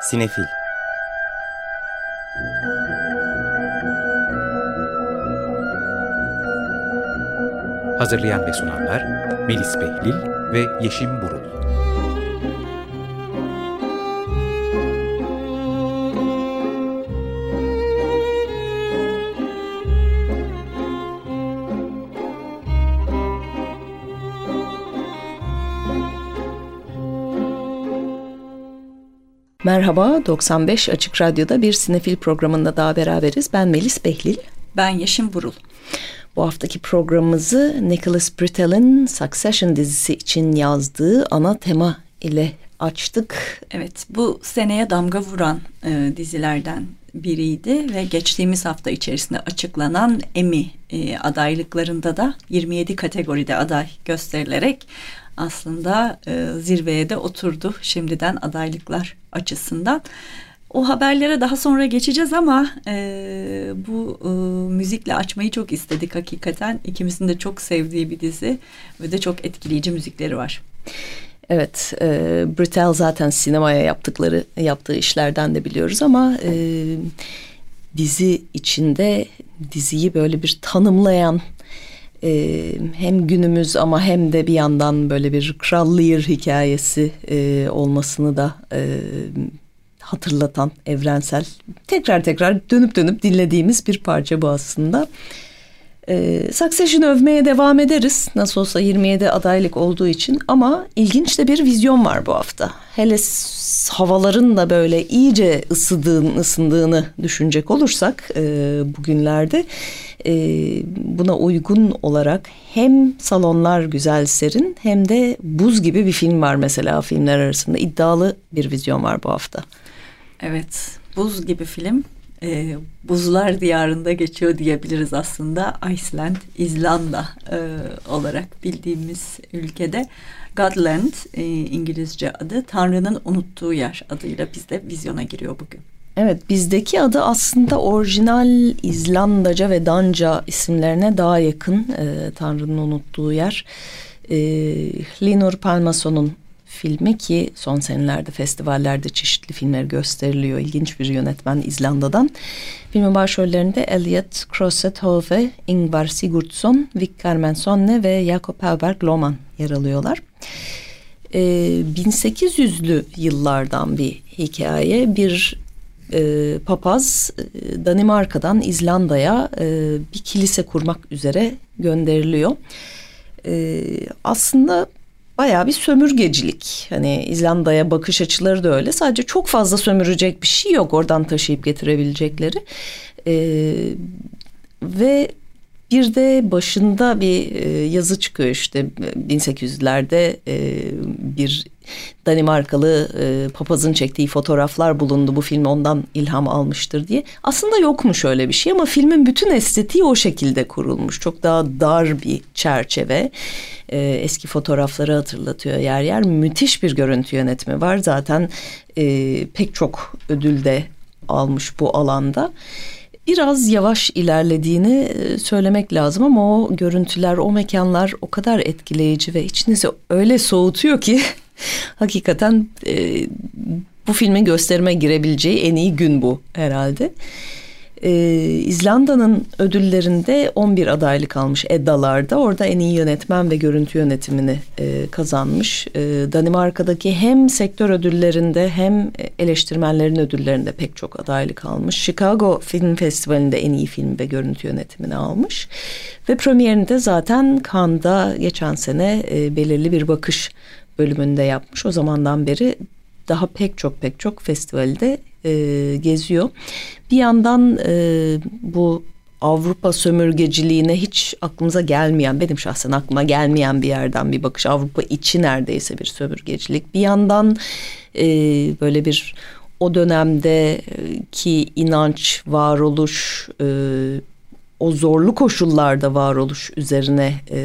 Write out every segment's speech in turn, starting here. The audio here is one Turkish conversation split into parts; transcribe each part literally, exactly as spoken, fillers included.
Sinefil. Hazırlayan ve sunanlar Melis Behlil ve Yeşim Burul. Merhaba, doksan beş Açık Radyo'da bir Sinefil programında daha beraberiz. Ben Melis Behlil. Ben Yeşim Burul. Bu haftaki programımızı Nicholas Britell'in Succession dizisi için yazdığı ana tema ile açtık. Evet, bu seneye damga vuran e, dizilerden biriydi ve geçtiğimiz hafta içerisinde açıklanan Emmy e, adaylıklarında da yirmi yedi kategoride aday gösterilerek aslında e, zirveye de oturdu şimdiden adaylıklar açısından. O haberlere daha sonra geçeceğiz ama e, bu e, müzikle açmayı çok istedik hakikaten. İkimizin de çok sevdiği bir dizi ve de çok etkileyici müzikleri var. Evet, e, Brittell zaten sinemaya yaptıkları yaptığı işlerden de biliyoruz ama e, dizi içinde diziyi böyle bir tanımlayan, e, hem günümüz ama hem de bir yandan böyle bir Kral Lear hikayesi e, olmasını da e, hatırlatan, evrensel, tekrar tekrar dönüp dönüp dinlediğimiz bir parça bu aslında. Ee, Succession'ı övmeye devam ederiz. Nasıl olsa yirmi yedi adaylık olduğu için ama ilginç de bir vizyon var bu hafta. Hele havaların da böyle iyice ısıdığını, ısındığını düşünecek olursak e, bugünlerde e, buna uygun olarak hem salonlar güzel serin hem de buz gibi bir film var mesela filmler arasında. İddialı bir vizyon var bu hafta. Evet, buz gibi film. E, buzlar diyarında geçiyor diyebiliriz aslında. Iceland, İzlanda e, olarak bildiğimiz ülkede. Godland e, İngilizce adı, Tanrı'nın unuttuğu yer adıyla bizde vizyona giriyor bugün. Evet, bizdeki adı aslında orijinal İzlandaca ve Danca isimlerine daha yakın. e, Tanrı'nın unuttuğu yer. E, Linur Palmason'un filmi ki son senelerde festivallerde çeşitli filmler gösteriliyor. İlginç bir yönetmen İzlanda'dan. Filmin başrollerinde Elliot Crosset-Hove, Ingvar Sigurdsson, Vic Carmensonne ve Jakob Helberg-Lohman yer alıyorlar. Ee, bin sekiz yüzlü yıllardan bir hikaye. Bir e, papaz e, Danimarka'dan İzlanda'ya e, bir kilise kurmak üzere gönderiliyor. E, aslında bayağı bir sömürgecilik. Hani İzlanda'ya bakış açıları da öyle. Sadece çok fazla sömürecek bir şey yok oradan taşıyıp getirebilecekleri. Ee, ve bir de başında bir e, yazı çıkıyor işte bin sekiz yüzlerde e, bir Danimarkalı e, papazın çektiği fotoğraflar bulundu. Bu film ondan ilham almıştır diye. Aslında yokmuş öyle bir şey ama filmin bütün estetiği o şekilde kurulmuş. Çok daha dar bir çerçeve. E, eski fotoğrafları hatırlatıyor yer yer. Müthiş bir görüntü yönetimi var. Zaten e, pek çok ödül de almış bu alanda. Biraz yavaş ilerlediğini söylemek lazım ama o görüntüler, o mekanlar o kadar etkileyici ve içinizi öyle soğutuyor ki hakikaten e, bu filmin gösterime girebileceği en iyi gün bu herhalde. E, İzlanda'nın ödüllerinde on bir adaylık almış Eddalar'da. Orada en iyi yönetmen ve görüntü yönetimini e, kazanmış. E, Danimarka'daki hem sektör ödüllerinde hem eleştirmenlerin ödüllerinde pek çok adaylık almış. Chicago Film Festivali'nde en iyi film ve görüntü yönetimini almış. Ve premierini de zaten Cannes'da geçen sene e, belirli bir bakış bölümünde yapmış. O zamandan beri daha pek çok pek çok festivalde e, geziyor. Bir yandan e, bu Avrupa sömürgeciliğine hiç aklımıza gelmeyen, benim şahsen aklıma gelmeyen bir yerden bir bakış. Avrupa içi neredeyse bir sömürgecilik. Bir yandan e, böyle bir o dönemdeki inanç, varoluş, e, o zorlu koşullarda varoluş üzerine e,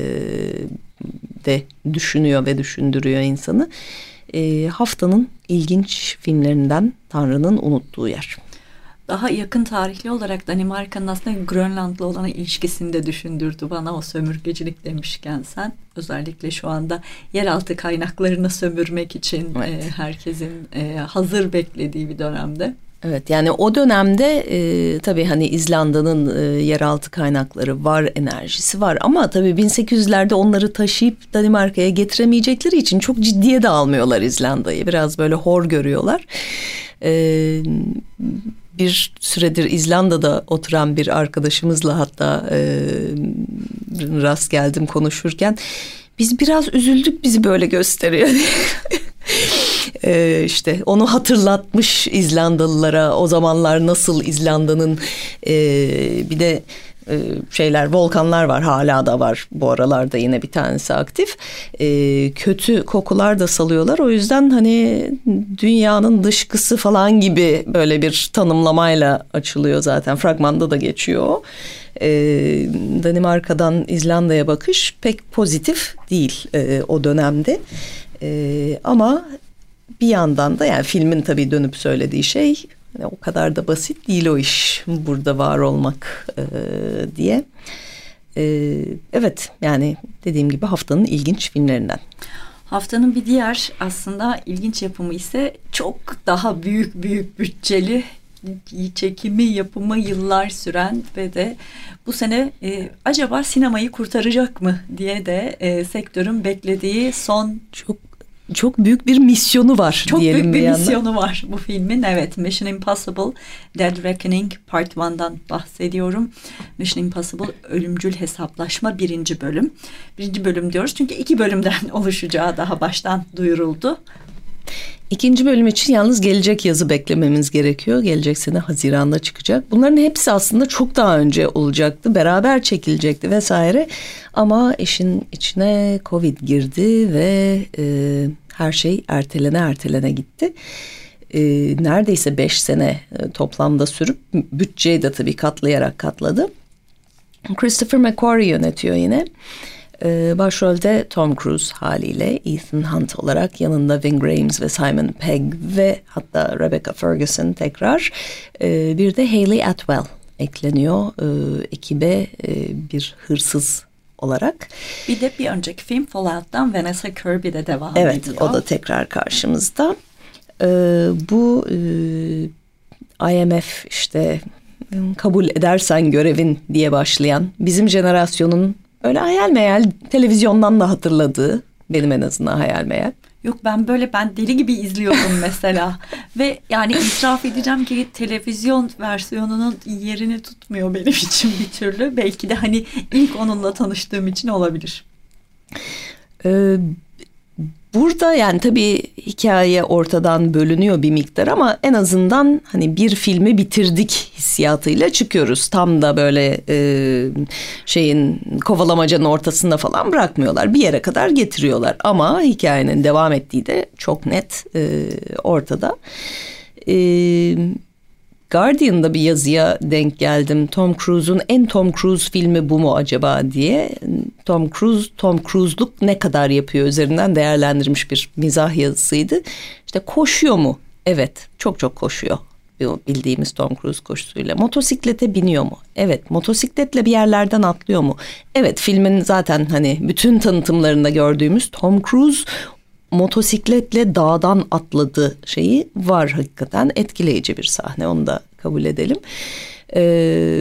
de düşünüyor ve düşündürüyor insanı. E, haftanın ilginç filmlerinden Tanrı'nın unuttuğu yer. Daha yakın tarihli olarak Danimarka'nın aslında Grönland'la olan ilişkisini de düşündürdü bana, o sömürgecilik demişken sen. Özellikle şu anda yeraltı kaynaklarını sömürmek için evet. e, herkesin e, hazır beklediği bir dönemde. Evet, yani o dönemde e, tabii hani İzlanda'nın e, yeraltı kaynakları var, enerjisi var ama tabii bin sekiz yüzlerde onları taşıyıp Danimarka'ya getiremeyecekleri için çok ciddiye de almıyorlar İzlanda'yı. Biraz böyle hor görüyorlar. E, bir süredir İzlanda'da oturan bir arkadaşımızla hatta e, rast geldim konuşurken. Biz biraz üzüldük, bizi böyle gösteriyor diye. Ee, işte onu hatırlatmış İzlandalılara o zamanlar nasıl İzlanda'nın e, bir de e, şeyler, volkanlar var, hala da var bu aralarda, yine bir tanesi aktif. E, kötü kokular da salıyorlar, o yüzden hani dünyanın dışkısı falan gibi böyle bir tanımlamayla açılıyor, zaten fragmanda da geçiyor. Ee, Danimarka'dan İzlanda'ya bakış pek pozitif değil e, o dönemde. E, ama bir yandan da yani filmin tabii dönüp söylediği şey yani o kadar da basit değil o iş, burada var olmak e, diye. E, evet, yani dediğim gibi haftanın ilginç filmlerinden. Haftanın bir diğer aslında ilginç yapımı ise çok daha büyük büyük bütçeli, çekimi, yapımı yıllar süren ve de bu sene e, acaba sinemayı kurtaracak mı diye de e, sektörün beklediği son çok çok büyük bir misyonu var çok diyelim. Çok büyük bir, bir misyonu yandan var bu filmin. Evet, Mission Impossible Dead Reckoning Part bir'den bahsediyorum. Mission Impossible Ölümcül Hesaplaşma birinci bölüm. Birinci bölüm diyoruz çünkü iki bölümden oluşacağı daha baştan duyuruldu. İkinci bölüm için yalnız gelecek yazı beklememiz gerekiyor. Gelecek sene Haziran'da çıkacak. Bunların hepsi aslında çok daha önce olacaktı. Beraber çekilecekti vesaire. Ama işin içine Covid girdi ve e, her şey ertelene ertelene gitti. E, neredeyse beş sene e, toplamda sürüp bütçeyi de tabii katlayarak katladı. Christopher McQuarrie yönetiyor yine. Ee, başrolde Tom Cruise haliyle, Ethan Hunt olarak yanında Ving Rhames ve Simon Pegg ve hatta Rebecca Ferguson tekrar. Ee, bir de Hayley Atwell ekleniyor ee, ekibe e, bir hırsız olarak. Bir de bir önceki film Fallout'tan Vanessa Kirby de devam evet, ediyor. Evet, o da tekrar karşımızda. Ee, bu e, I M F işte kabul edersen görevin diye başlayan, bizim jenerasyonun öyle hayal meyal televizyondan da hatırladığı, benim en azından hayal meyal. Yok, ben böyle ben deli gibi izliyordum mesela. Ve yani itiraf edeceğim ki televizyon versiyonunun yerini tutmuyor benim için bir türlü. Belki de hani ilk onunla tanıştığım için olabilir. Ee, burada yani tabii hikaye ortadan bölünüyor bir miktar ama en azından hani bir filmi bitirdik hissiyatıyla çıkıyoruz. Tam da böyle e, şeyin kovalamacanın ortasında falan bırakmıyorlar. Bir yere kadar getiriyorlar ama hikayenin devam ettiği de çok net e, ortada. Evet. Guardian'da bir yazıya denk geldim. Tom Cruise'un en Tom Cruise filmi bu mu acaba diye. Tom Cruise, Tom Cruise'luk ne kadar yapıyor üzerinden değerlendirmiş bir mizah yazısıydı. İşte koşuyor mu? Evet, çok çok koşuyor. Bildiğimiz Tom Cruise koşusuyla. Motosiklete biniyor mu? Evet. Motosikletle bir yerlerden atlıyor mu? Evet, filmin zaten hani bütün tanıtımlarında gördüğümüz Tom Cruise motosikletle dağdan atladı şeyi var, hakikaten etkileyici bir sahne, onu da kabul edelim. Ee,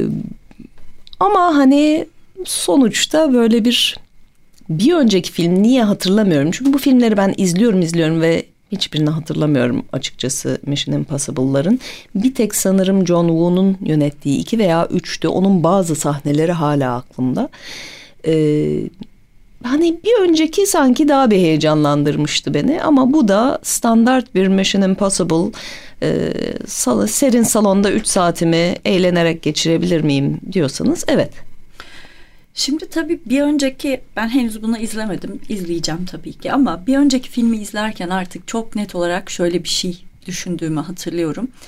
ama hani sonuçta böyle bir bir önceki film niye hatırlamıyorum? Çünkü bu filmleri ben izliyorum izliyorum ve hiçbirini hatırlamıyorum açıkçası Mission Impossible'ların. Bir tek sanırım John Woo'nun yönettiği iki veya üçtü. Onun bazı sahneleri hala aklımda. Ee, Hani bir önceki sanki daha bir heyecanlandırmıştı beni ama bu da standart bir Mission Impossible. E, sal- serin salonda üç saatimi eğlenerek geçirebilir miyim diyorsanız evet. Şimdi tabii bir önceki, ben henüz bunu izlemedim, izleyeceğim tabii ki ama bir önceki filmi izlerken artık çok net olarak şöyle bir şey düşündüğümü hatırlıyorum.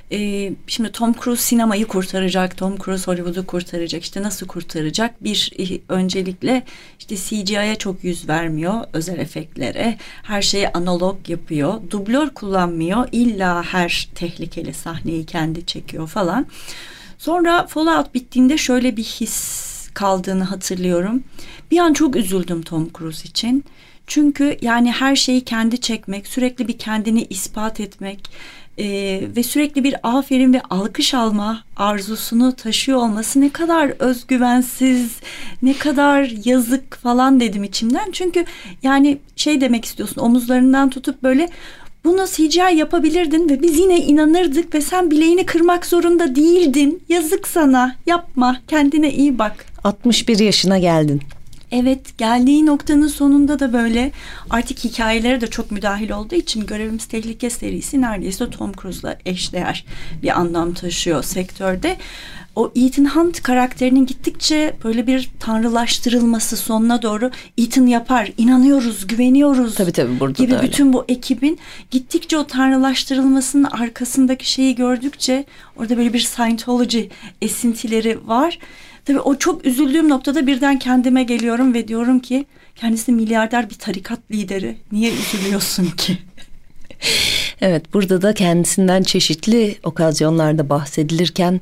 e, şimdi Tom Cruise sinemayı kurtaracak, Tom Cruise Hollywood'u kurtaracak. İşte nasıl kurtaracak? Bir e, öncelikle işte C G I'ye çok yüz vermiyor, özel efektlere. Her şeyi analog yapıyor. Dublör kullanmıyor. İlla her tehlikeli sahneyi kendi çekiyor falan. Sonra Fallout bittiğinde şöyle bir his kaldığını hatırlıyorum. Bir an çok üzüldüm Tom Cruise için. Çünkü yani her şeyi kendi çekmek, sürekli bir kendini ispat etmek e, ve sürekli bir aferin ve alkış alma arzusunu taşıyor olması ne kadar özgüvensiz, ne kadar yazık falan dedim içimden. Çünkü yani şey demek istiyorsun, omuzlarından tutup böyle bunu C G I yapabilirdin ve biz yine inanırdık ve sen bileğini kırmak zorunda değildin. Yazık sana, yapma, kendine iyi bak. altmış bir yaşına geldin. Evet, geldiği noktanın sonunda da böyle artık hikayelere de çok müdahil olduğu için Görevimiz Tehlike serisi neredeyse Tom Cruise'la eşdeğer bir anlam taşıyor sektörde. O Ethan Hunt karakterinin gittikçe böyle bir tanrılaştırılması sonuna doğru, Ethan yapar, inanıyoruz, güveniyoruz Tabii tabii burada gibi da öyle. bütün bu ekibin gittikçe o tanrılaştırılmasının arkasındaki şeyi gördükçe orada böyle bir Scientology esintileri var. Tabii o çok üzüldüğüm noktada birden kendime geliyorum ve diyorum ki kendisi milyarder bir tarikat lideri. Niye üzülüyorsun ki? Evet, burada da kendisinden çeşitli okazyonlarda bahsedilirken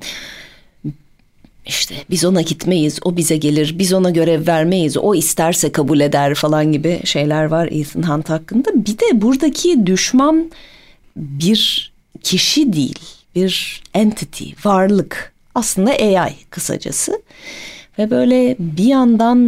işte biz ona gitmeyiz, o bize gelir, biz ona görev vermeyiz, o isterse kabul eder falan gibi şeyler var Ethan Hunt hakkında. Bir de buradaki düşman bir kişi değil, bir entity, varlık. Aslında A I kısacası. Ve böyle bir yandan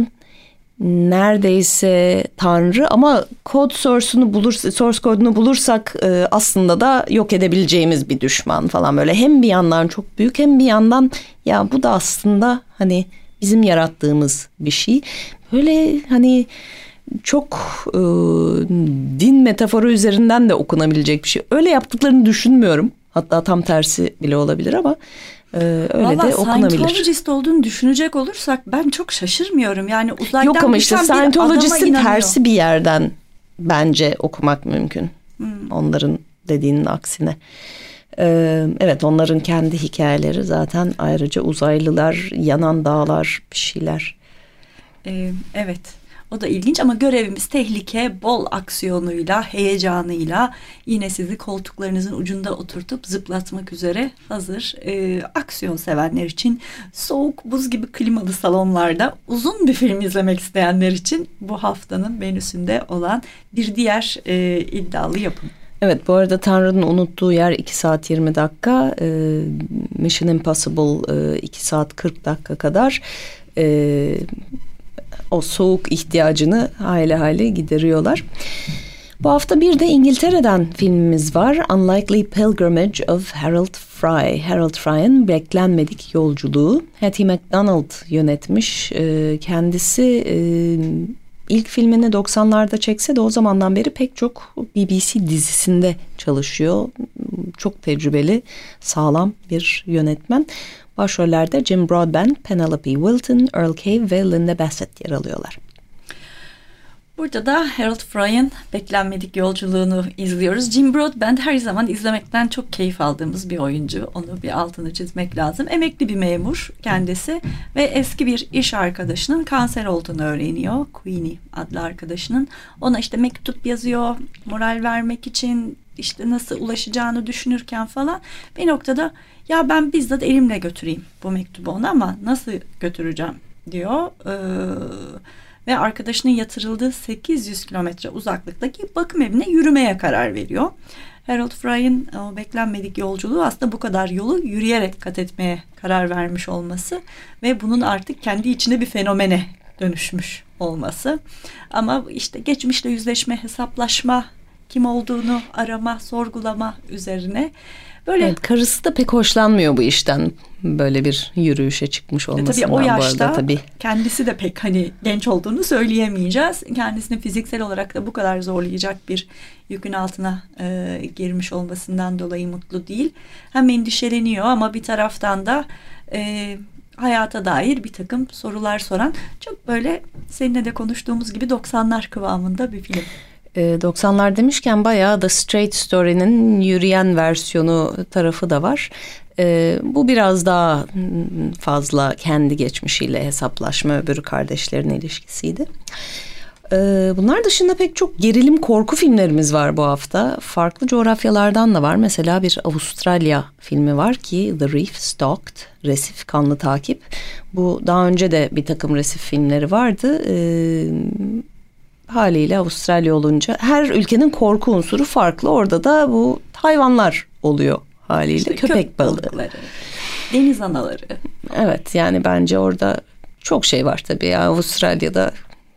neredeyse tanrı ama kod source'unu bulursak, source kodunu bulursak e, aslında da yok edebileceğimiz bir düşman falan böyle. Hem bir yandan çok büyük, hem bir yandan ya bu da aslında hani bizim yarattığımız bir şey. Böyle hani çok e, din metaforu üzerinden de okunabilecek bir şey. Öyle yaptıklarını düşünmüyorum. Hatta tam tersi bile olabilir ama Ee, öyle Vallahi de okunabilir. Scientologist olduğunu düşünecek olursak ben çok şaşırmıyorum. Yani uzaydan Yok ama işte düşen bir Scientologist'in adama tersi bir yerden bence okumak mümkün. Hmm. Onların dediğinin aksine. Ee, evet, onların kendi hikayeleri zaten ayrıca uzaylılar, yanan dağlar, bir şeyler. Ee, evet. O da ilginç ama Görevimiz Tehlike bol aksiyonuyla, heyecanıyla yine sizi koltuklarınızın ucunda oturtup zıplatmak üzere hazır. Ee, aksiyon sevenler için, soğuk buz gibi klimalı salonlarda uzun bir film izlemek isteyenler için bu haftanın menüsünde olan bir diğer e, iddialı yapım. Evet, bu arada Tanrı'nın unuttuğu yer iki saat yirmi dakika. E, Mission Impossible e, iki saat kırk dakika kadar. E, o soğuk ihtiyacını hayli hayli gideriyorlar. Bu hafta bir de İngiltere'den filmimiz var. Unlikely Pilgrimage of Harold Fry. Harold Fry'ın Beklenmedik Yolculuğu. Hattie MacDonald yönetmiş. Kendisi ilk filmini doksanlarda çekse de o zamandan beri pek çok B B C dizisinde çalışıyor. Çok tecrübeli, sağlam bir yönetmen. Başrollerde Jim Broadbent, Penelope Wilton, Earl Cave ve Linda Bassett yer alıyorlar. Burada da Harold Fry'ın Beklenmedik Yolculuğunu izliyoruz. Jim Broadbent her zaman izlemekten çok keyif aldığımız bir oyuncu. Onu bir altını çizmek lazım. Emekli bir memur kendisi ve eski bir iş arkadaşının kanser olduğunu öğreniyor. Queenie adlı arkadaşının. Ona işte mektup yazıyor, moral vermek için, işte nasıl ulaşacağını düşünürken falan bir noktada ya ben bizzat elimle götüreyim bu mektubu ona ama nasıl götüreceğim diyor. Ee, ve arkadaşının yatırıldığı sekiz yüz kilometre uzaklıktaki bakım evine yürümeye karar veriyor. Harold Fry'ın o beklenmedik yolculuğu aslında bu kadar yolu yürüyerek kat etmeye karar vermiş olması ve bunun artık kendi içinde bir fenomene dönüşmüş olması. Ama işte geçmişle yüzleşme, hesaplaşma, kim olduğunu arama, sorgulama üzerine. Böyle evet, karısı da pek hoşlanmıyor bu işten. Böyle bir yürüyüşe çıkmış olmasından. E tabii o yaşta bu arada, tabii. kendisi de pek hani genç olduğunu söyleyemeyeceğiz. Kendisini fiziksel olarak da bu kadar zorlayacak bir yükün altına e, girmiş olmasından dolayı mutlu değil. Hem endişeleniyor ama bir taraftan da e, hayata dair bir takım sorular soran, çok böyle seninle de konuştuğumuz gibi doksanlar kıvamında bir film. doksanlar demişken bayağı The Straight Story'nin yürüyen versiyonu tarafı da var. Ee, bu biraz daha fazla kendi geçmişiyle hesaplaşma, öbürü kardeşlerin ilişkisiydi. Ee, bunlar dışında pek çok gerilim korku filmlerimiz var bu hafta. Farklı coğrafyalardan da var. Mesela bir Avustralya filmi var ki The Reef Stalked, Resif Kanlı Takip. Bu daha önce de bir takım resif filmleri vardı. Ee, haliyle Avustralya olunca her ülkenin korku unsuru farklı. Orada da bu hayvanlar oluyor haliyle. İşte köpek balığı. Balıkları, deniz anaları. Evet, yani bence orada çok şey var tabii ya. Avustralya'da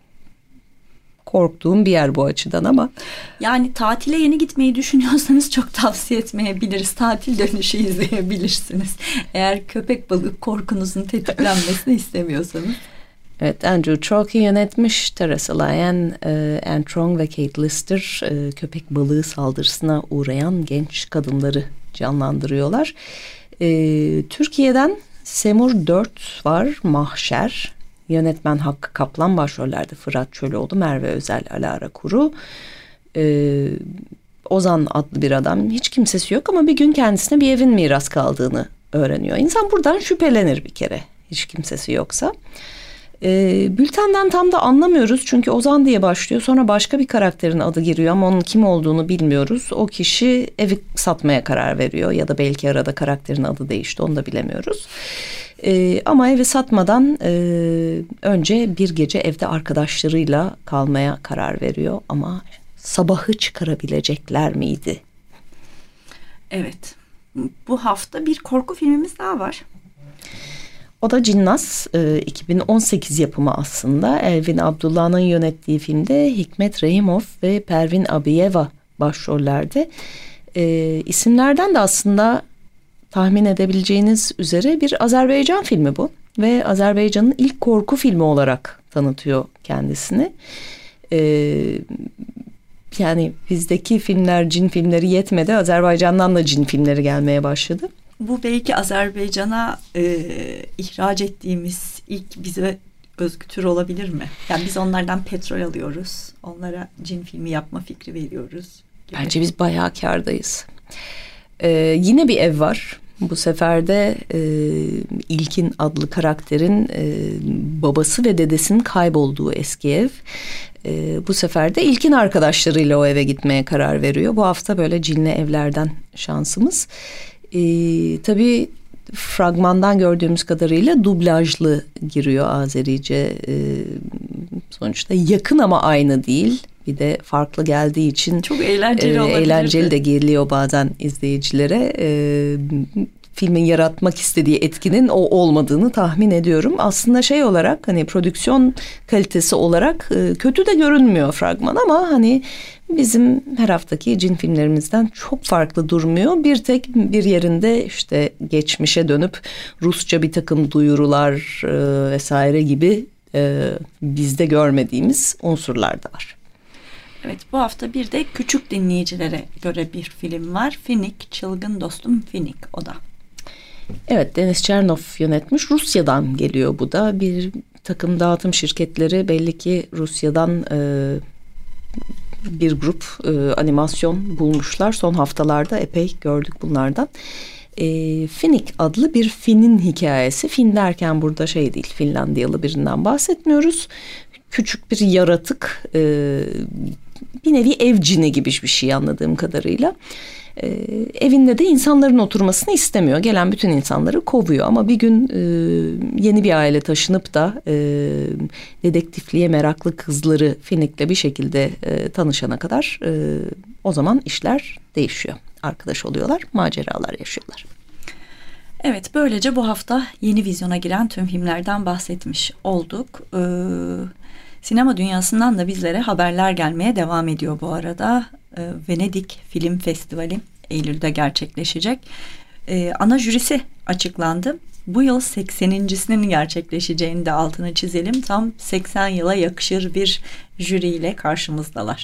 korktuğum bir yer bu açıdan ama. Yani tatile yeni gitmeyi düşünüyorsanız çok tavsiye etmeyebiliriz. Tatil dönüşü izleyebilirsiniz. Eğer köpek balığı korkunuzun tetiklenmesini istemiyorsanız. Evet, Andrew Trolki yönetmiş. Teresa Lyon, e, Anne Trong ve Kate Lister e, köpek balığı saldırısına uğrayan genç kadınları canlandırıyorlar. E, Türkiye'den Semur dört var, Mahşer. Yönetmen Hakkı Kaplan, başrollerde Fırat Çölüoğlu, Merve Özel, Alara Kuru. Ee, Ozan adlı bir adam, hiç kimsesi yok ama bir gün kendisine bir evin miras kaldığını öğreniyor. İnsan buradan şüphelenir bir kere, hiç kimsesi yoksa. Ee, bültenden tam da anlamıyoruz çünkü Ozan diye başlıyor, sonra başka bir karakterin adı giriyor ama onun kim olduğunu bilmiyoruz. O kişi evi satmaya karar veriyor ya da belki arada karakterin adı değişti, onu da bilemiyoruz. Ee, ama evi satmadan e, önce bir gece evde arkadaşlarıyla kalmaya karar veriyor ama sabahı çıkarabilecekler miydi? Evet, bu hafta bir korku filmimiz daha var. O da Cinnaz, e, iki bin on sekiz yapımı aslında. Elvin Abdullah'ın yönettiği filmde Hikmet Rahimov ve Pervin Abiyeva başrollerde. E, isimlerden de aslında tahmin edebileceğiniz üzere bir Azerbaycan filmi bu. Ve Azerbaycan'ın ilk korku filmi olarak tanıtıyor kendisini. Ee, yani bizdeki filmler, cin filmleri yetmedi. Azerbaycan'dan da cin filmleri gelmeye başladı. Bu belki Azerbaycan'a e, ihraç ettiğimiz ilk bize özgü tür olabilir mi? Yani biz onlardan petrol alıyoruz. Onlara cin filmi yapma fikri veriyoruz gibi. Bence biz bayağı kârdayız. Ee, yine bir ev var. Bu sefer de e, İlkin adlı karakterin e, babası ve dedesinin kaybolduğu eski ev. E, bu sefer de İlkin arkadaşlarıyla o eve gitmeye karar veriyor. Bu hafta böyle cinli evlerden şansımız. E, tabii fragmandan gördüğümüz kadarıyla dublajlı giriyor Azerice. E, sonuçta yakın ama aynı değil. Bir de farklı geldiği için çok eğlenceli, e, eğlenceli de geliyor bazen izleyicilere. E, filmin yaratmak istediği etkinin o olmadığını tahmin ediyorum. Aslında şey olarak, hani prodüksiyon kalitesi olarak e, kötü de görünmüyor fragman ama hani bizim her haftaki cin filmlerimizden çok farklı durmuyor. Bir tek bir yerinde işte geçmişe dönüp Rusça bir takım duyurular e, vesaire gibi e, bizde görmediğimiz unsurlar da var. Evet, bu hafta bir de küçük dinleyicilere göre bir film var. Finik, Çılgın Dostum Finik, o da. Evet, Deniz Çernov yönetmiş. Rusya'dan geliyor bu da. Bir takım dağıtım şirketleri belli ki Rusya'dan e, bir grup e, animasyon bulmuşlar. Son haftalarda epey gördük bunlardan. E, Finik adlı bir Fin'in hikayesi. Fin derken burada şey değil, Finlandiyalı birinden bahsetmiyoruz. Küçük bir yaratık, e, bir nevi ev cini gibi bir şey anladığım kadarıyla. E, evinde de insanların oturmasını istemiyor. Gelen bütün insanları kovuyor ama bir gün e, yeni bir aile taşınıp da e, dedektifliğe meraklı kızları Finik'le bir şekilde e, tanışana kadar e, o zaman işler değişiyor. Arkadaş oluyorlar, maceralar yaşıyorlar. Evet, böylece bu hafta yeni vizyona giren tüm filmlerden bahsetmiş olduk. Ee, sinema dünyasından da bizlere haberler gelmeye devam ediyor bu arada. Ee, Venedik Film Festivali Eylül'de gerçekleşecek. Ee, ana jürisi açıklandı. Bu yıl seksenincisinin gerçekleşeceğini de altını çizelim. Tam seksen yıla yakışır bir jüriyle karşımızdalar.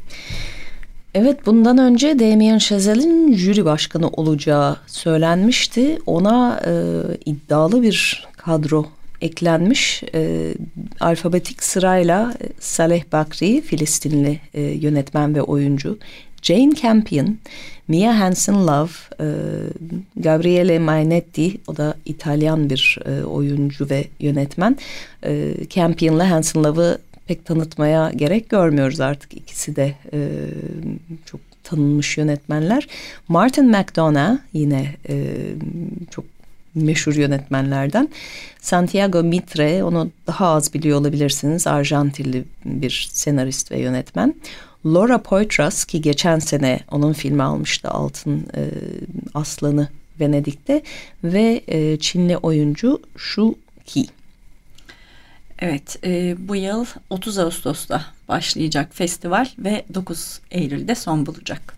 Evet, bundan önce Damien Chazelle'in jüri başkanı olacağı söylenmişti. Ona e, iddialı bir kadro eklenmiş. E, alfabetik sırayla Saleh Bakri, Filistinli e, yönetmen ve oyuncu, Jane Campion, Mia Hansen-Løve, e, Gabriele Mainetti, o da İtalyan bir e, oyuncu ve yönetmen. E, Campion'la Hansen-Løve'ı pek tanıtmaya gerek görmüyoruz artık. İkisi de e, çok tanınmış yönetmenler. Martin McDonagh yine e, çok meşhur yönetmenlerden. Santiago Mitre, onu daha az biliyor olabilirsiniz. Arjantinli bir senarist ve yönetmen. Laura Poitras, ki geçen sene onun filmi almıştı, Altın e, Aslanı Venedik'te, ve e, Çinli oyuncu Shu Qi. Evet, e, bu yıl otuz Ağustos'ta başlayacak festival ve dokuz Eylül'de son bulacak.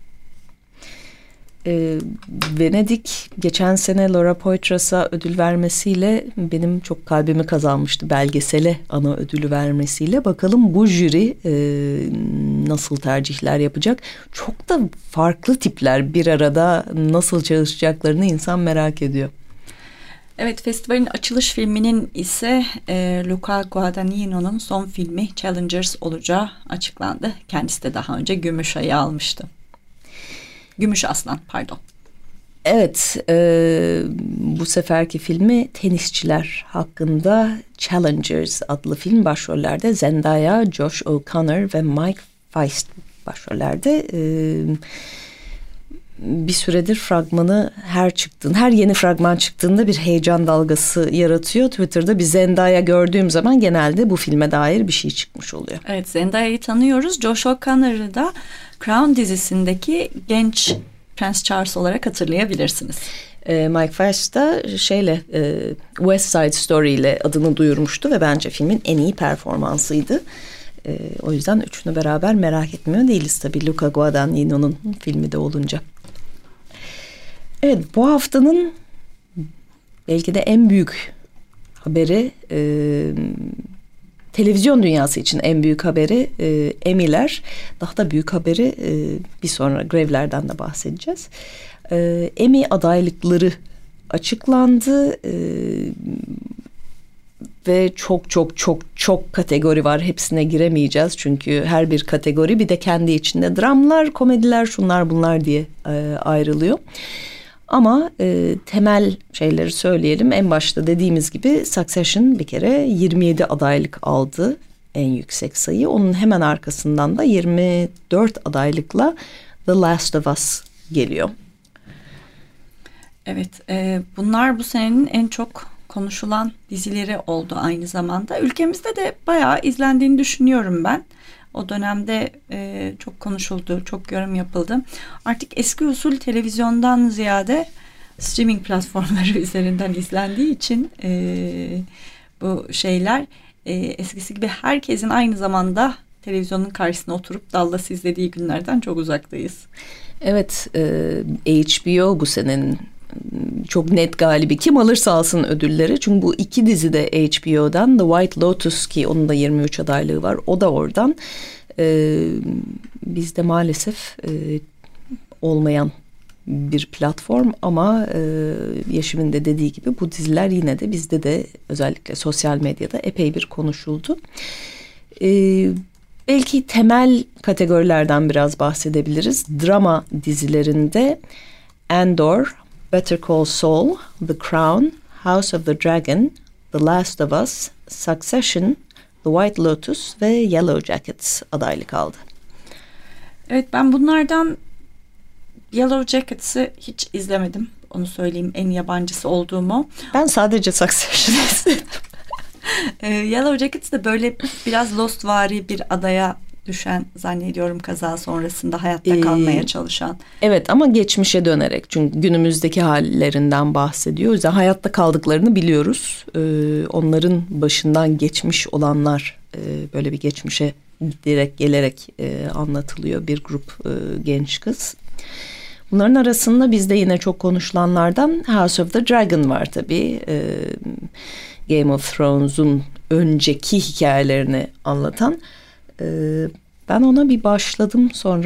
E, Venedik geçen sene Laura Poitras'a ödül vermesiyle benim çok kalbimi kazanmıştı. Belgesele ana ödülü vermesiyle. Bakalım bu jüri e, nasıl tercihler yapacak? Çok da farklı tipler bir arada nasıl çalışacaklarını insan merak ediyor. Evet, festivalin açılış filminin ise e, Luca Guadagnino'nun son filmi Challengers olacağı açıklandı. Kendisi de daha önce Gümüş Ayı almıştı. Gümüş Aslan, pardon. Evet, e, bu seferki filmi tenisçiler hakkında. Challengers adlı film, başrollerde Zendaya, Josh O'Connor ve Mike Feist başrollerde. E, bir süredir fragmanı her çıktığında, her yeni fragman çıktığında bir heyecan dalgası yaratıyor. Twitter'da bir Zendaya gördüğüm zaman genelde bu filme dair bir şey çıkmış oluyor. Evet, Zendaya'yı tanıyoruz. Josh O'Connor'ı da Crown dizisindeki genç Prens Charles olarak hatırlayabilirsiniz. E, Mike Feist da şeyle e, West Side Story ile adını duyurmuştu ve bence filmin en iyi performansıydı. E, o yüzden üçünü beraber merak etmiyor değiliz tabii, Luca Guadagnino'nun filmi de olunca. Evet, bu haftanın belki de en büyük haberi, e, televizyon dünyası için en büyük haberi e, Emmy'ler. Daha da büyük haberi e, bir sonra grevlerden de bahsedeceğiz. E, Emmy adaylıkları açıklandı e, ve çok çok çok çok kategori var. Hepsine giremeyeceğiz çünkü her bir kategori bir de kendi içinde dramlar, komediler, şunlar bunlar diye e, ayrılıyor. Ama e, temel şeyleri söyleyelim. En başta dediğimiz gibi Succession bir kere yirmi yedi adaylık aldı, en yüksek sayı. Onun hemen arkasından da yirmi dört adaylıkla The Last of Us geliyor. Evet, e, bunlar bu senenin en çok konuşulan dizileri oldu aynı zamanda. Ülkemizde de bayağı izlendiğini düşünüyorum ben. O dönemde e, çok konuşuldu, çok yorum yapıldı. Artık eski usul televizyondan ziyade streaming platformları üzerinden izlendiği için e, bu şeyler e, eskisi gibi herkesin aynı zamanda televizyonun karşısına oturup Dallas izlediği günlerden çok uzaktayız. Evet, e, H B O bu senenin çok net galibi. Kim alırsa alsın ödülleri. Çünkü bu iki dizi de H B O'dan. The White Lotus, ki onun da yirmi üç adaylığı var, o da oradan. Ee, bizde maalesef e, olmayan bir platform ama e, Yeşim'in de dediği gibi bu diziler yine de bizde de özellikle sosyal medyada epey bir konuşuldu. Ee, belki temel kategorilerden biraz bahsedebiliriz. Drama dizilerinde Andor, Better Call Saul, The Crown, House of the Dragon, The Last of Us, Succession, The White Lotus ve Yellow Jackets adaylık aldı. Evet, ben bunlardan Yellow Jackets'ı hiç izlemedim. Onu söyleyeyim, en yabancısı olduğumu. Ben sadece Succession'ı izledim. Yellow Jackets de böyle biraz Lostvari bir adaya düşen, zannediyorum kaza sonrasında hayatta kalmaya çalışan. Evet, ama geçmişe dönerek, çünkü günümüzdeki hallerinden bahsediyor. O yüzden hayatta kaldıklarını biliyoruz. Ee, onların başından geçmiş olanlar e, böyle bir geçmişe direkt gelerek e, anlatılıyor, bir grup e, genç kız. Bunların arasında bizde yine çok konuşulanlardan House of the Dragon var tabii. Ee, Game of Thrones'un önceki hikayelerini anlatan. Ee, ben ona bir başladım, sonra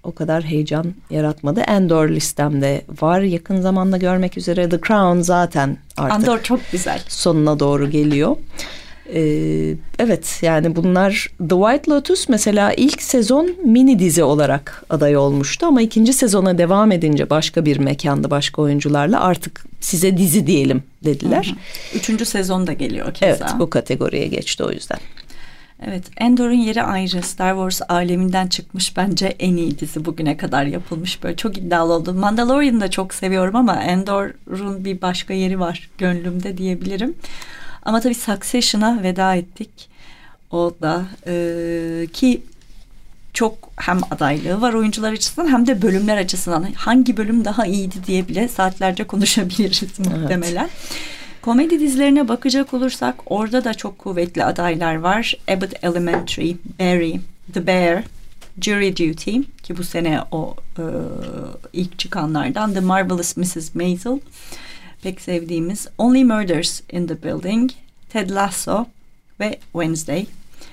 o kadar heyecan yaratmadı. Andor listemde var. Yakın zamanda görmek üzere. The Crown zaten artık Andor çok güzel. sonuna doğru geliyor. Ee, evet yani bunlar, The White Lotus mesela ilk sezon mini dizi olarak aday olmuştu ama ikinci sezona devam edince başka bir mekanda başka oyuncularla artık size dizi diyelim dediler. Hı hı. Üçüncü sezon da geliyor keza. Evet, bu kategoriye geçti o yüzden. Evet, Andor'un yeri ayrı. Star Wars aleminden çıkmış bence en iyi dizi bugüne kadar yapılmış. Böyle çok iddialı oldum. Mandalorian'ı da çok seviyorum ama Andor'un bir başka yeri var gönlümde diyebilirim. Ama tabii Succession'a veda ettik. O da e, ki çok hem adaylığı var oyuncular açısından hem de bölümler açısından. Hangi bölüm daha iyiydi diye bile saatlerce konuşabiliriz muhtemelen. Evet. Komedi dizilerine bakacak olursak orada da çok kuvvetli adaylar var. Abbott Elementary, Barry, The Bear, Jury Duty ki bu sene o e, ilk çıkanlardan. The Marvelous missus Maisel, pek sevdiğimiz. Only Murders in the Building, Ted Lasso ve Wednesday.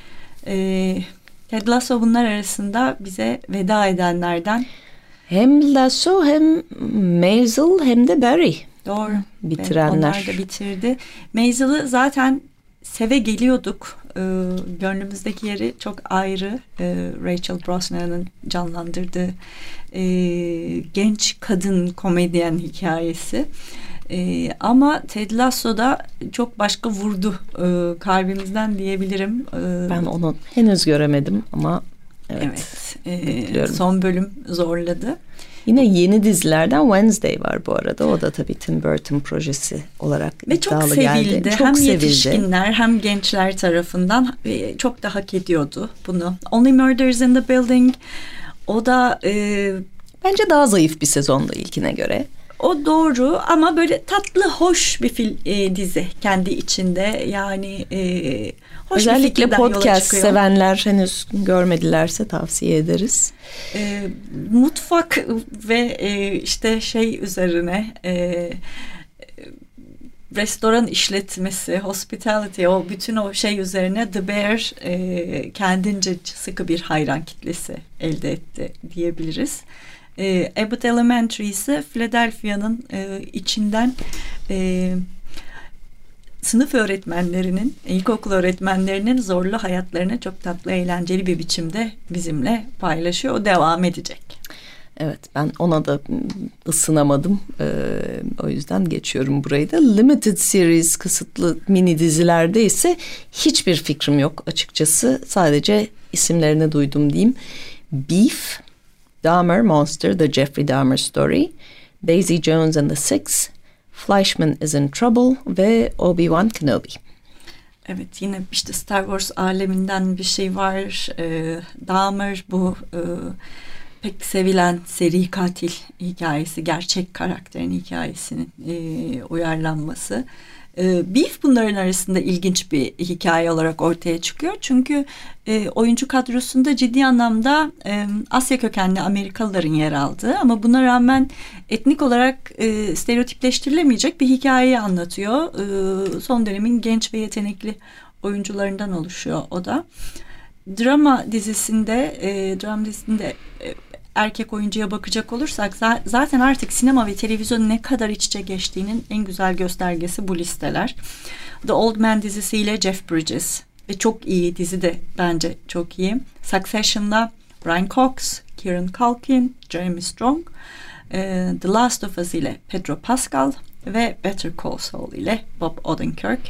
E, Ted Lasso bunlar arasında bize veda edenlerden. Hem Lasso hem Maisel hem de Barry. Doğru. Bitirenler. Onlar da bitirdi. Maisel'ı zaten seve geliyorduk. Ee, gönlümüzdeki yeri çok ayrı. Ee, Rachel Brosnan'ın canlandırdığı e, genç kadın komedyen hikayesi. Ee, ama Ted Lasso'da çok başka vurdu e, kalbimizden diyebilirim. Ee, ben onu henüz göremedim ama evet. evet e, son bölüm zorladı. Yine yeni dizilerden Wednesday var bu arada. O da tabii Tim Burton projesi olarak ve iddialı çok sevildi. geldi. Hem çok sevildi. yetişkinler hem gençler tarafından çok da hak ediyordu bunu. Only Murders in the Building, o da e, bence daha zayıf bir sezondu ilkine göre. O doğru ama böyle tatlı, hoş bir fil, e, dizi kendi içinde. Yani e, hoş özellikle podcast sevenler henüz görmedilerse tavsiye ederiz. E, mutfak ve e, işte şey üzerine e, restoran işletmesi, hospitality, o bütün o şey üzerine The Bear e, kendince sıkı bir hayran kitlesi elde etti diyebiliriz. E, Abbott Elementary ise Philadelphia'nın e, içinden e, sınıf öğretmenlerinin, ilkokul öğretmenlerinin zorlu hayatlarını çok tatlı, eğlenceli bir biçimde bizimle paylaşıyor. O devam edecek. Evet, ben ona da ısınamadım. Ee, o yüzden geçiyorum burayı da. Limited series, kısıtlı mini dizilerde ise hiçbir fikrim yok açıkçası. Sadece isimlerini duydum diyeyim. Beef, Dahmer Monster, The Jeffrey Dahmer Story, Daisy Jones and the Six, Fleischman is in Trouble ve Obi-Wan Kenobi. Evet, yine işte Star Wars aleminden bir şey var. Ee, Dahmer bu e, pek sevilen seri katil hikayesi, gerçek karakterin hikayesinin e, uyarlanması. E, Beef bunların arasında ilginç bir hikaye olarak ortaya çıkıyor. Çünkü e, oyuncu kadrosunda ciddi anlamda e, Asya kökenli Amerikalıların yer aldığı ama buna rağmen etnik olarak e, stereotipleştirilemeyecek bir hikayeyi anlatıyor. E, son dönemin genç ve yetenekli oyuncularından oluşuyor o da. Drama dizisinde, e, drama dizisinde e, erkek oyuncuya bakacak olursak zaten artık sinema ve televizyon ne kadar iç içe geçtiğinin en güzel göstergesi bu listeler. The Old Man dizisiyle Jeff Bridges ve çok iyi, dizi de bence çok iyi. Succession'da Brian Cox, Kieran Culkin, Jeremy Strong, The Last of Us ile Pedro Pascal ve Better Call Saul ile Bob Odenkirk.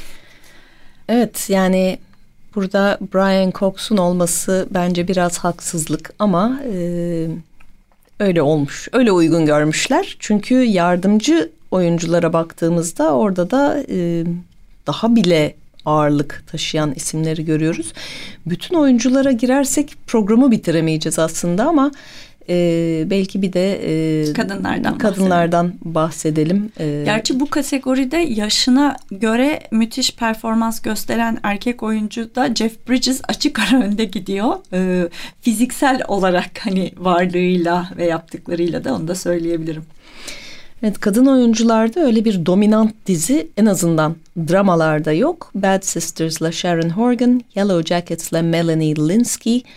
Evet, yani burada Brian Cox'un olması bence biraz haksızlık ama e, öyle olmuş. Öyle uygun görmüşler. Çünkü yardımcı oyunculara baktığımızda orada da e, daha bile ağırlık taşıyan isimleri görüyoruz. Bütün oyunculara girersek programı bitiremeyeceğiz aslında ama Ee, belki bir de e, kadınlardan, kadınlardan bahsedelim. bahsedelim. Ee, Gerçi bu kategoride yaşına göre müthiş performans gösteren erkek oyuncu da Jeff Bridges açık ara önde gidiyor. Ee, fiziksel olarak hani varlığıyla ve yaptıklarıyla da onu da söyleyebilirim. Evet, kadın oyuncularda öyle bir dominant dizi en azından dramalarda yok. Bad Sisters'la Sharon Horgan, Yellow Jackets'la Melanie Linsky,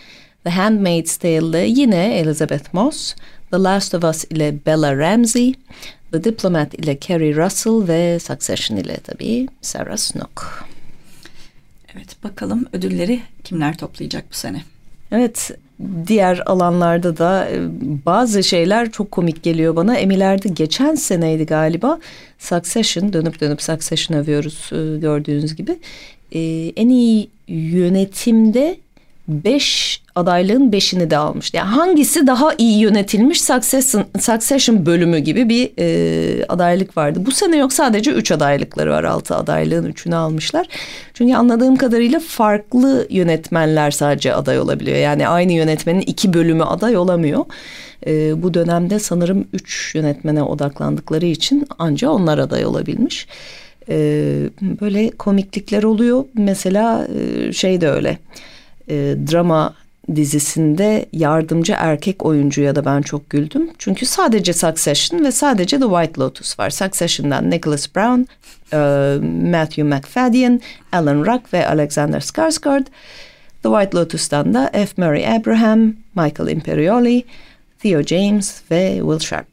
The Handmaid's Tale'de yine Elizabeth Moss, The Last of Us ile Bella Ramsey, The Diplomat ile Kerry Russell ve Succession ile tabii Sarah Snook. Evet, bakalım ödülleri kimler toplayacak bu sene? Evet, diğer alanlarda da bazı şeyler çok komik geliyor bana. Emmy'lerde geçen seneydi galiba. Succession, dönüp dönüp Succession övüyoruz gördüğünüz gibi. Ee, en iyi yönetimde beş adaylığın beşini de almıştı. Yani hangisi daha iyi yönetilmiş Succession, Succession bölümü gibi bir e, adaylık vardı. Bu sene yok, sadece üç adaylıkları var. Altı adaylığın üçünü almışlar. Çünkü anladığım kadarıyla farklı yönetmenler sadece aday olabiliyor. Yani aynı yönetmenin iki bölümü aday olamıyor. E, bu dönemde sanırım üç yönetmene odaklandıkları için anca onlar aday olabilmiş. E, böyle komiklikler oluyor. Mesela e, şey de öyle. E, drama dizisinde yardımcı erkek oyuncuya da ben çok güldüm. Çünkü sadece Succession ve sadece The White Lotus var. Succession'dan Nicholas Brown, e, Matthew Macfadyen, Alan Ruck ve Alexander Skarsgård. The White Lotus'tan da F. Murray Abraham, Michael Imperioli, Theo James ve Will Sharp.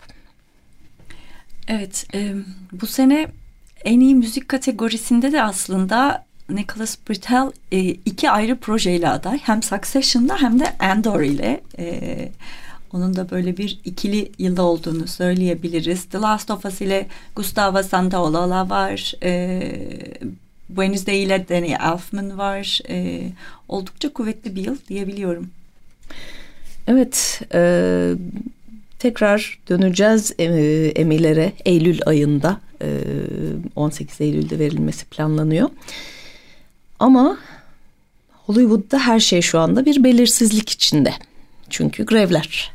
Evet, e, bu sene en iyi müzik kategorisinde de aslında Nicholas Britell e, iki ayrı projeyle aday. Hem Succession'da hem de Andor ile. E, onun da böyle bir ikili yılda olduğunu söyleyebiliriz. The Last of Us ile Gustavo Santaolalla var. E, Wednesday ile Danny Elfman var. E, oldukça kuvvetli bir yıl diyebiliyorum. Evet, e, tekrar döneceğiz e, Emmy'lere Eylül ayında. E, on sekiz Eylül'de verilmesi planlanıyor. Ama Hollywood'da her şey şu anda bir belirsizlik içinde. Çünkü grevler.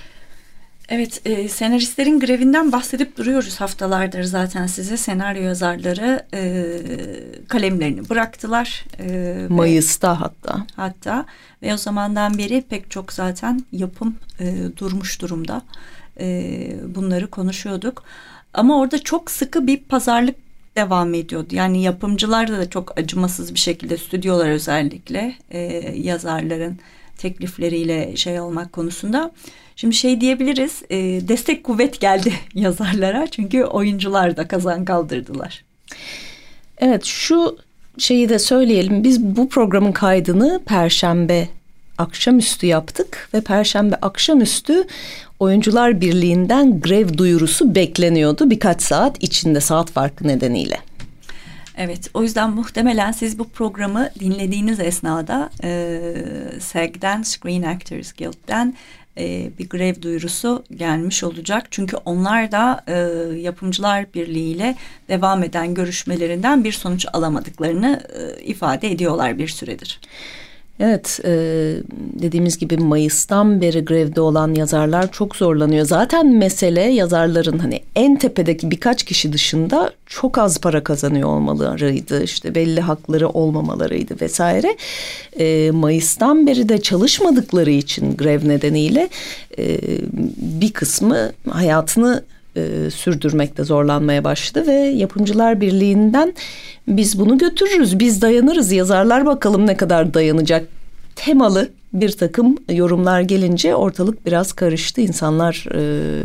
Evet, e, senaristlerin grevinden bahsedip duruyoruz haftalardır zaten size. Senaryo yazarları e, kalemlerini bıraktılar. E, Mayıs'ta ve, hatta. Hatta ve o zamandan beri pek çok zaten yapım e, durmuş durumda. E, bunları konuşuyorduk. Ama orada çok sıkı bir pazarlık devam ediyordu. Yani yapımcılar da çok acımasız bir şekilde, stüdyolar özellikle e, yazarların teklifleriyle şey olmak konusunda. Şimdi şey diyebiliriz, e, destek kuvvet geldi yazarlara, çünkü oyuncular da kazan kaldırdılar. Evet, şu şeyi de söyleyelim, biz bu programın kaydını Perşembe akşamüstü yaptık ve Perşembe akşamüstü Oyuncular Birliği'nden grev duyurusu bekleniyordu birkaç saat içinde, saat farkı nedeniyle. Evet, o yüzden muhtemelen siz bu programı dinlediğiniz esnada e, S A G'den, Screen Actors Guild'den e, bir grev duyurusu gelmiş olacak. Çünkü onlar da e, Yapımcılar Birliği ile devam eden görüşmelerinden bir sonuç alamadıklarını e, ifade ediyorlar bir süredir. Evet, e, dediğimiz gibi Mayıs'tan beri grevde olan yazarlar çok zorlanıyor. Zaten mesele yazarların hani en tepedeki birkaç kişi dışında çok az para kazanıyor olmalarıydı. İşte belli hakları olmamalarıydı vesaire. E, Mayıs'tan beri de çalışmadıkları için grev nedeniyle e, bir kısmı hayatını E, sürdürmekte zorlanmaya başladı ve Yapımcılar Birliği'nden biz bunu götürürüz, biz dayanırız, yazarlar bakalım ne kadar dayanacak temalı bir takım yorumlar gelince ortalık biraz karıştı. İnsanlar e,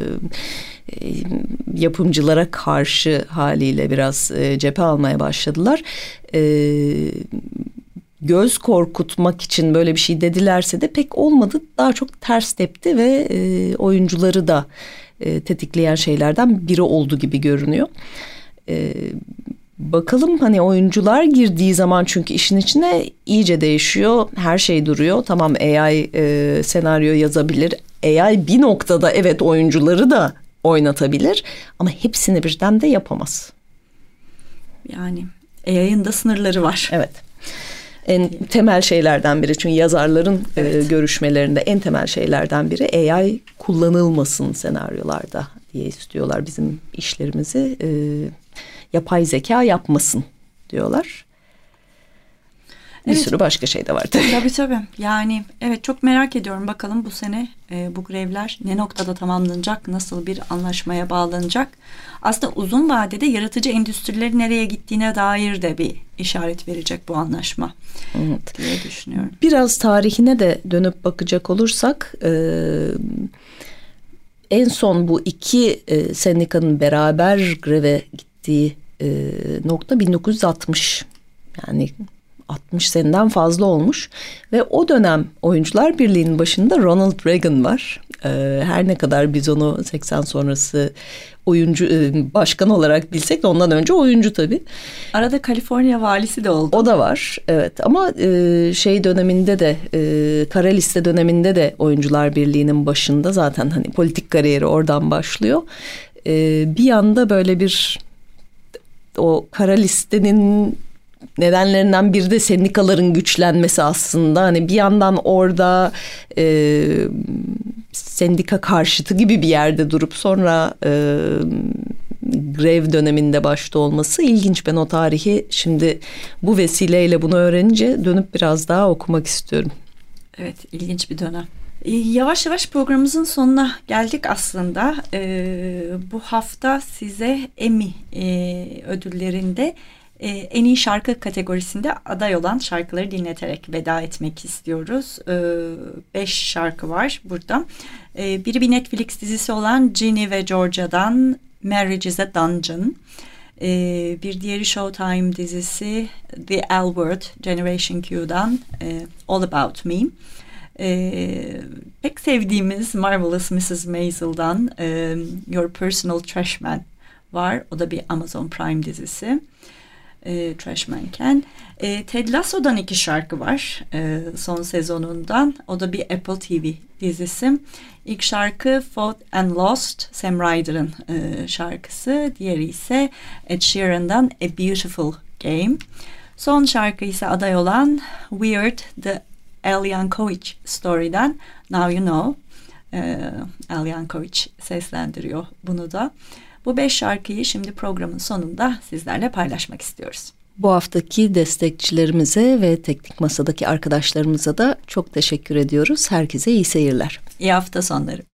e, yapımcılara karşı haliyle biraz e, cephe almaya başladılar. E, göz korkutmak için böyle bir şey dedilerse de pek olmadı. Daha çok ters tepti ve e, oyuncuları da e, tetikleyen şeylerden biri oldu gibi görünüyor. E, bakalım hani oyuncular girdiği zaman, çünkü işin içine iyice değişiyor. Her şey duruyor. Tamam, A I e, senaryo yazabilir. A I bir noktada evet oyuncuları da oynatabilir. Ama hepsini birden de yapamaz. Yani A I'ın da sınırları var. Evet. En temel şeylerden biri, çünkü yazarların evet. e, görüşmelerinde en temel şeylerden biri A I kullanılmasın senaryolarda diye istiyorlar. Bizim işlerimizi e, yapay zeka yapmasın diyorlar. Bir Evet. sürü başka şey de var tabii. Tabii tabii. Yani evet, çok merak ediyorum bakalım bu sene e, bu grevler ne noktada tamamlanacak, nasıl bir anlaşmaya bağlanacak. Aslında uzun vadede yaratıcı endüstrilerin nereye gittiğine dair de bir işaret verecek bu anlaşma Evet. diye düşünüyorum. Biraz tarihine de dönüp bakacak olursak e, en son bu iki e, sendikanın beraber greve gittiği e, nokta bin dokuz yüz altmış. Yani altmış seneden fazla olmuş ve o dönem Oyuncular Birliği'nin başında Ronald Reagan var. Ee, her ne kadar biz onu seksen sonrası oyuncu e, başkan olarak bilsek de ondan önce oyuncu tabii. Arada Kaliforniya valisi de oldu. O da var, evet, ama e, şey döneminde de e, kara liste döneminde de Oyuncular Birliği'nin başında, zaten hani politik kariyeri oradan başlıyor. E, bir yanda böyle bir o kara listenin nedenlerinden biri de sendikaların güçlenmesi aslında. Hani bir yandan orada e, sendika karşıtı gibi bir yerde durup sonra e, grev döneminde başta olması ilginç. Ben o tarihi şimdi bu vesileyle bunu öğrenince dönüp biraz daha okumak istiyorum. Evet, ilginç bir dönem. Yavaş yavaş programımızın sonuna geldik aslında. Ee, bu hafta size Emmy e, ödüllerinde e, en iyi şarkı kategorisinde aday olan şarkıları dinleterek veda etmek istiyoruz. Ee, beş şarkı var burada. Ee, biri bir Netflix dizisi olan Ginny ve Georgia'dan Marriage is a Dungeon. Ee, bir diğeri Showtime dizisi The L Word Generation Q'dan e, All About Me. Ee, pek sevdiğimiz Marvelous missus Maisel'dan e, Your Personal Trashman var. O da bir Amazon Prime dizisi. E, Trashmanken. E, Ted Lasso'dan iki şarkı var e, son sezonundan. O da bir Apple T V dizisi. İlk şarkı Fought and Lost, Sam Ryder'ın e, şarkısı. Diğeri ise Ed Sheeran'dan A Beautiful Game. Son şarkı ise aday olan Weird, The Al Yankovic Story'den Now You Know. E, Al Yankovic seslendiriyor bunu da. Bu beş şarkıyı şimdi programın sonunda sizlerle paylaşmak istiyoruz. Bu haftaki destekçilerimize ve teknik masadaki arkadaşlarımıza da çok teşekkür ediyoruz. Herkese iyi seyirler. İyi hafta sonları.